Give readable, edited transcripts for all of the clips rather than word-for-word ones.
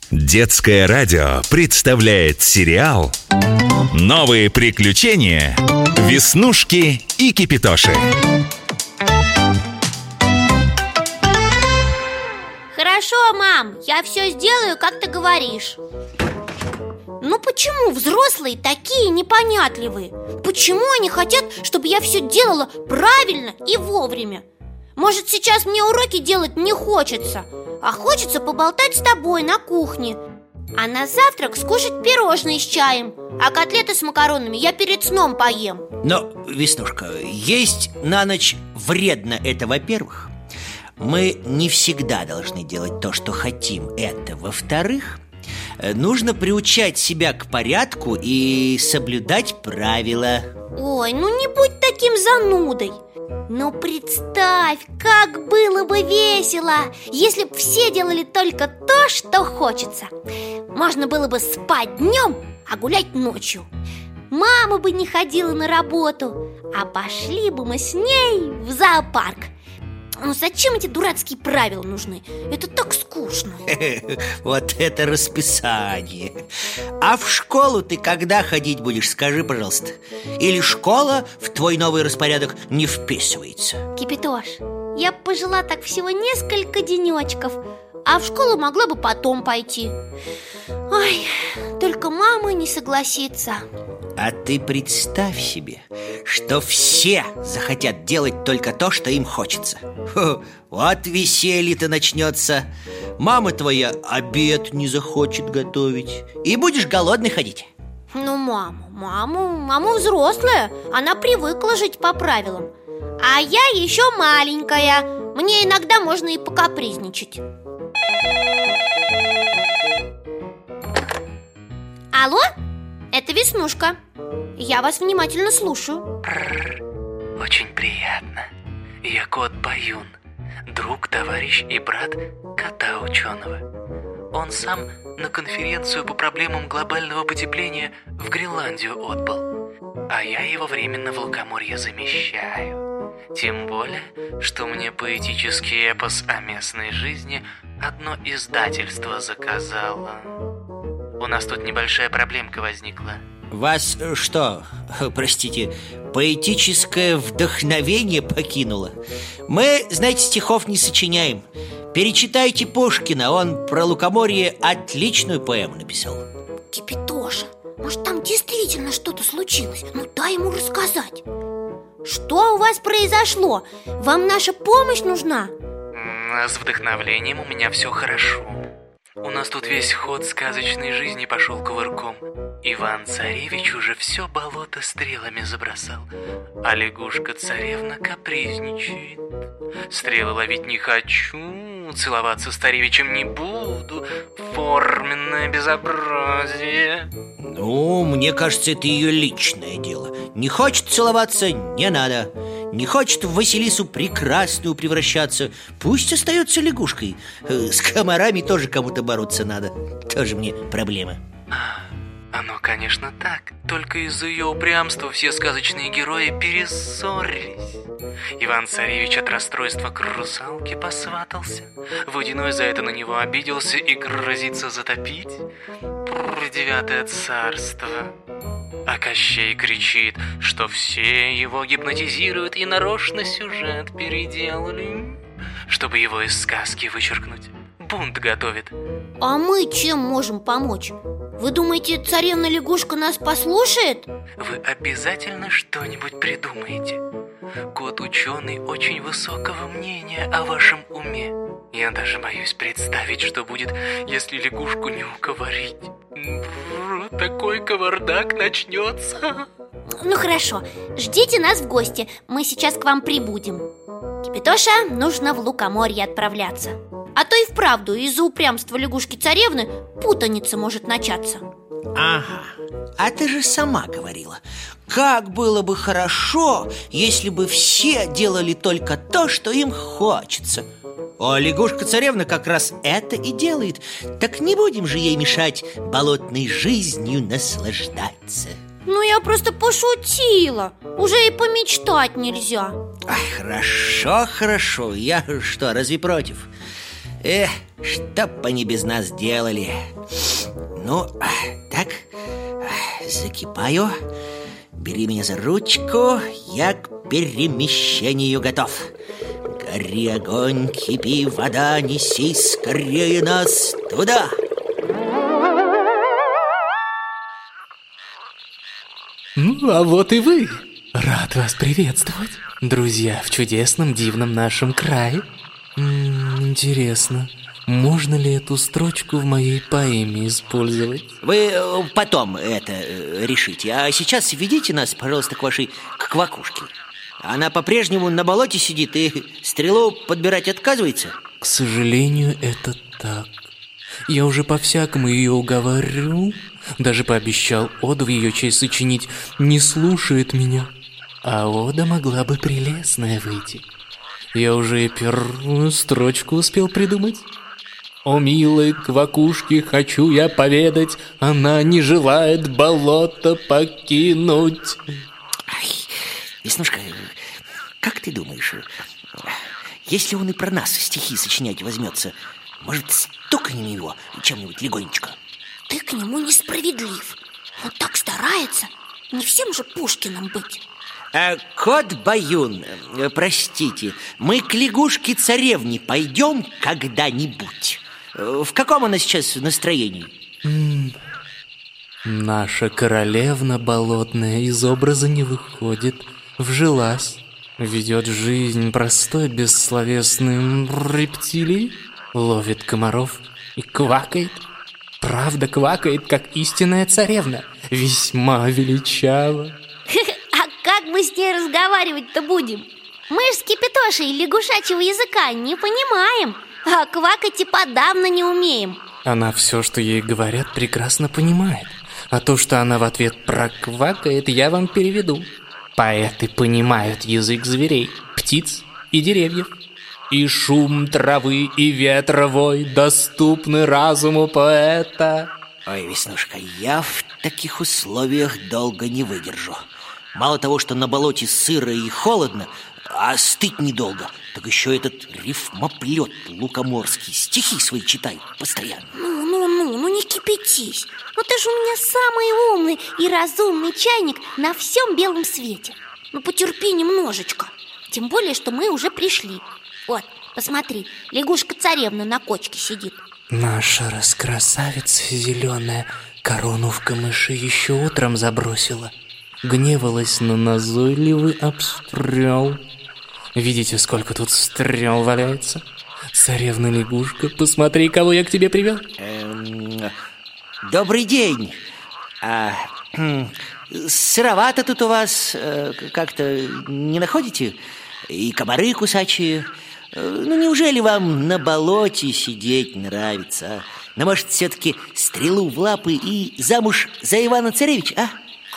Детское радио представляет сериал «Новые приключения Веснушки и Кипитоши». Хорошо, мам, я все сделаю, как ты говоришь. Ну почему взрослые такие непонятливые? Почему они хотят, чтобы я все делала правильно и вовремя? Может, сейчас мне уроки делать не хочется, а хочется поболтать с тобой на кухне. А на завтрак скушать пирожные с чаем, а котлеты с макаронами я перед сном поем. Но, Веснушка, есть на ночь вредно, это во-первых. Мы не всегда должны делать то, что хотим, это во-вторых. Нужно приучать себя к порядку и соблюдать правила. Ой, ну не будь таким занудой. Но представь, как было бы весело, если бы все делали только то, что хочется. Можно было бы спать днем, а гулять ночью. Мама бы не ходила на работу, а пошли бы мы с ней в зоопарк. Ну зачем эти дурацкие правила нужны? Это так скучно. Вот это расписание. А в школу ты когда ходить будешь, скажи, пожалуйста? Или школа в твой новый распорядок не вписывается? Кипитош, я пожила так всего несколько денечков, а в школу могла бы потом пойти. Ой, только мама не согласится. А ты представь себе, что все захотят делать только то, что им хочется. Фу, вот веселье-то начнется. Мама твоя обед не захочет готовить, и будешь голодный ходить. Ну, мама взрослая, она привыкла жить по правилам. А я еще маленькая, мне иногда можно и покапризничать. Алло, это Веснушка. Я вас внимательно слушаю. Очень приятно. Я кот Баюн, друг, товарищ и брат кота-ученого. Он сам на конференцию по проблемам глобального потепления в Гренландию отбыл, а я его временно в Лукоморье замещаю. Тем более, что мне поэтический эпос о местной жизни одно издательство заказало. У нас тут небольшая проблемка возникла. Вас что, простите, поэтическое вдохновение покинуло? Мы, знаете, стихов не сочиняем. Перечитайте Пушкина, он про Лукоморье отличную поэму написал. Кипитоша, может там действительно что-то случилось? Ну дай ему рассказать. Что у вас произошло? Вам наша помощь нужна? С вдохновлением у меня все хорошо. У нас тут весь ход сказочной жизни пошел кувырком. Иван-царевич уже все болото стрелами забросал, а лягушка-царевна капризничает. Стрелы ловить не хочу, целоваться с царевичем не буду. Форменное безобразие. Ну, мне кажется, это ее личное дело. Не хочет целоваться, не надо. Не хочет в Василису Прекрасную превращаться, пусть остается лягушкой. С комарами тоже кому-то бороться надо. Тоже мне проблема. Оно, конечно, так. Только из-за ее упрямства все сказочные герои перессорились. Иван-царевич от расстройства к русалке посватался. Водяной за это на него обиделся и грозится затопить. Девятое царство. А Кощей кричит, что все его гипнотизируют и нарочно сюжет переделали, чтобы его из сказки вычеркнуть. Бунт готовит. А мы чем можем помочь? Вы думаете, царевна-лягушка нас послушает? Вы обязательно что-нибудь придумаете. Кот-ученый очень высокого мнения о вашем уме. Я даже боюсь представить, что будет, если лягушку не уговорить. Такой кавардак начнется. Ну хорошо, ждите нас в гости, мы сейчас к вам прибудем. Кипитоша, нужно в Лукоморье отправляться. А то и вправду из-за упрямства лягушки-царевны путаница может начаться. Ага, а ты же сама говорила, как было бы хорошо, если бы все делали только то, что им хочется. А лягушка-царевна как раз это и делает. Так не будем же ей мешать болотной жизнью наслаждаться. Ну я просто пошутила. Уже и помечтать нельзя. Ай, хорошо, я что, разве против? Чтоб они без нас делали. Ну, так, закипаю. Бери меня за ручку, я к перемещению готов. Гори огонь, кипи вода, неси скорее нас туда. Ну, а вот и вы. Рад вас приветствовать, друзья, в чудесном, дивном нашем крае. Интересно, можно ли эту строчку в моей поэме использовать? Вы потом это решите. А сейчас ведите нас, пожалуйста, к вашей квакушке. Она по-прежнему на болоте сидит и стрелу подбирать отказывается? К сожалению, это так. Я уже по-всякому ее уговаривал, даже пообещал оду в ее честь сочинить, не слушает меня. А ода могла бы прелестная выйти. Я уже и первую строчку успел придумать. О милой квакушке хочу я поведать, она не желает болото покинуть. Ай, Веснушка, как ты думаешь, если он и про нас стихи сочинять возьмется, может, стукнем его чем-нибудь легонечко? Ты к нему несправедлив. Он так старается. Не всем же Пушкиным быть. Кот Баюн, простите, мы к лягушке-царевне пойдем когда-нибудь? В каком она сейчас настроении? Наша королевна болотная из образа не выходит, вжилась, ведет жизнь простой бессловесной рептилии, ловит комаров и квакает. Правда, квакает, как истинная царевна, весьма величава. А как мы с ней разговаривать-то будем? Мы ж с Кипитошей лягушачьего языка не понимаем, а квакать и подавно не умеем. Она все, что ей говорят, прекрасно понимает. А то, что она в ответ проквакает, я вам переведу. Поэты понимают язык зверей, птиц и деревьев. И шум травы, и ветровой доступны разуму поэта. Ой, Веснушка, я в таких условиях долго не выдержу. Мало того, что на болоте сыро и холодно, а стыть недолго, так еще этот рифмоплет лукоморский стихи свои читает постоянно. Ну, не кипятись. Ну ты же у меня самый умный и разумный чайник на всем белом свете. Ну потерпи немножечко. Тем более, что мы уже пришли. Вот, посмотри, лягушка-царевна на кочке сидит. Наша раскрасавица зеленая корону в камыши еще утром забросила. Гневалась на назойливый обстрел. Видите, сколько тут стрел валяется? Царевна-лягушка, посмотри, кого я к тебе привел. Добрый день. Сыровато тут у вас, как-то не находите? И комары кусачие. Ну, неужели вам на болоте сидеть нравится? Ну, может, все-таки стрелу в лапы и замуж за Ивана Царевича, а?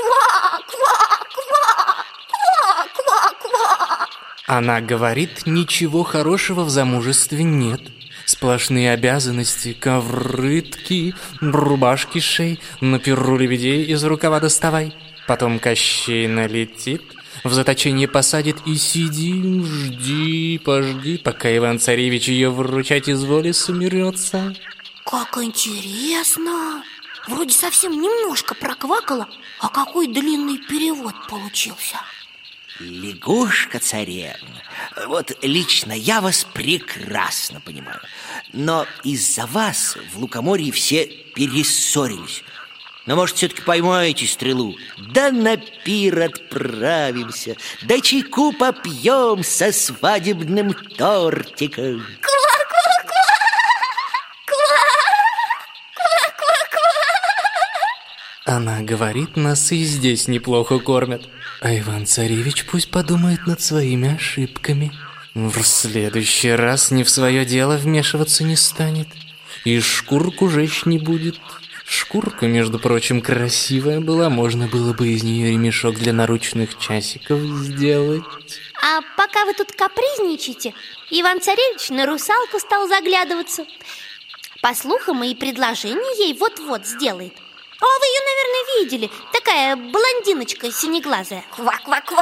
Она говорит, ничего хорошего в замужестве нет. Сплошные обязанности, коврытки, рубашки шей, на перу лебедей из рукава доставай. Потом Кощей налетит, в заточение посадит и сиди, жди, пожди, пока Иван-царевич ее выручать из воли соберется. Как интересно. Вроде совсем немножко проквакала, а какой длинный перевод получился. Лягушка-царевна, вот лично я вас прекрасно понимаю. Но из-за вас в Лукоморье все перессорились. Но, может, все-таки поймаете стрелу? Да на пир отправимся, да чайку попьем со свадебным тортиком. Она говорит, нас и здесь неплохо кормят. А Иван-царевич пусть подумает над своими ошибками. В следующий раз не в свое дело вмешиваться не станет. И шкурку жечь не будет. Шкурка, между прочим, красивая была. Можно было бы из нее ремешок для наручных часиков сделать. А пока вы тут капризничаете, Иван-царевич на русалку стал заглядываться. По слухам, и предложение ей вот-вот сделает. А вы ее, наверное, видели. Такая блондиночка синеглазая. Ква-ква-ква,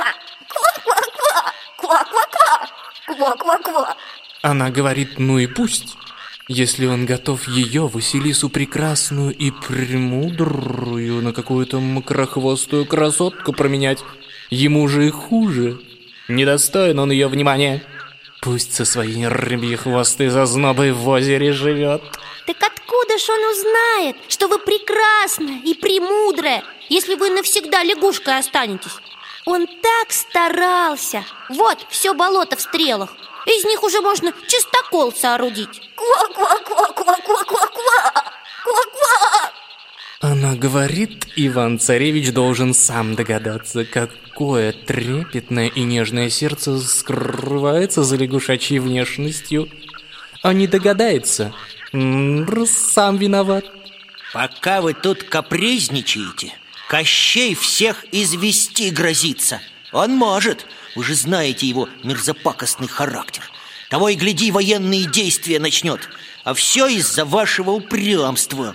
ква-ква-ква, ква-ква-ква, ква-ква-ква. Она говорит, ну и пусть. Если он готов ее, Василису прекрасную и премудрую, на какую-то макрохвостую красотку променять, ему же и хуже. Недостоин он ее внимания. Пусть со своей рыбьей хвостой зазнобой в озере живет. Так откуда ж он узнает, что вы прекрасна и премудрая, если вы навсегда лягушкой останетесь? Он так старался. Вот, все болото в стрелах. Из них уже можно чистокол соорудить. Ква-ква-ква-ква-ква-ква-ква! Ква-ква! Она говорит, Иван-царевич должен сам догадаться, какое трепетное и нежное сердце скрывается за лягушачьей внешностью. А не догадается, сам виноват. Пока вы тут капризничаете, Кощей всех извести грозится. Он может, вы же знаете его мерзопакостный характер. Того и гляди, военные действия начнет. А все из-за вашего упрямства.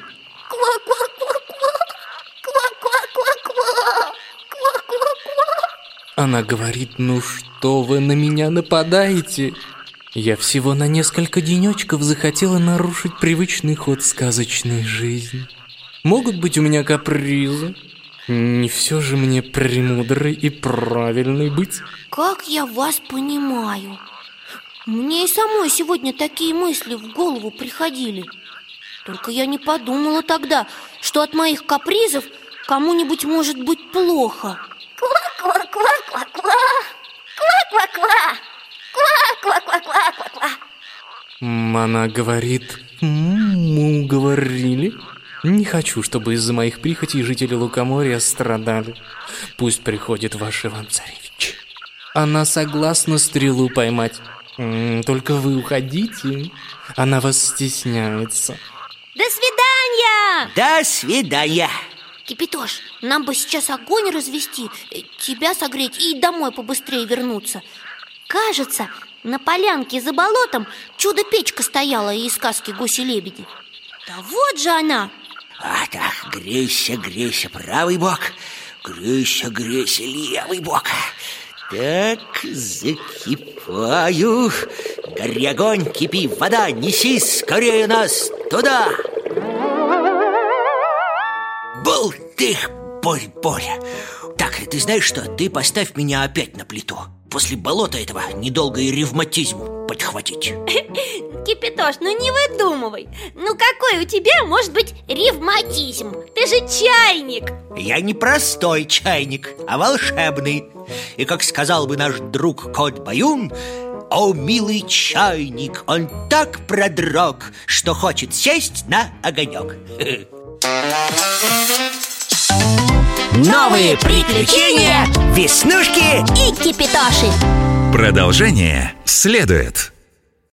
Она говорит, ну что вы на меня нападаете? Я всего на несколько денечков захотела нарушить привычный ход сказочной жизни. Могут быть у меня капризы. Не все же мне премудрой и правильной быть. Как я вас понимаю. Мне и самой сегодня такие мысли в голову приходили. Только я не подумала тогда, что от моих капризов кому-нибудь может быть плохо. Ква-ква-ква-ква-ква! Ква-ква-ква! Ква-ква-ква-ква-ква-ква! Она говорит, мы уговорили. Не хочу, чтобы из-за моих прихотей жители Лукоморья страдали. Пусть приходит ваш Иван-царевич. Она согласна стрелу поймать. Только вы уходите. Она вас стесняется. До свидания! До свидания! Кипятош, нам бы сейчас огонь развести, тебя согреть и домой побыстрее вернуться. Кажется, на полянке за болотом чудо-печка стояла из сказки «Гуси-лебеди». Да вот же она! А так, грейся, грейся, правый бок. Грейся, грейся, левый бок. Так, закипаю. Гори огонь, кипи вода, неси скорее нас туда. Болтых, боль. Так, ты знаешь что? Ты поставь меня опять на плиту. После болота этого недолго и ревматизм подхватить. Кипятош, ну не выдумывай. Ну какой у тебя может быть ревматизм? Ты же чайник. Я не простой чайник, а волшебный. И как сказал бы наш друг Кот Баюн: о, милый чайник, он так продрог, что хочет сесть на огонек. Новые приключения Веснушки и Кипятоши. Продолжение следует.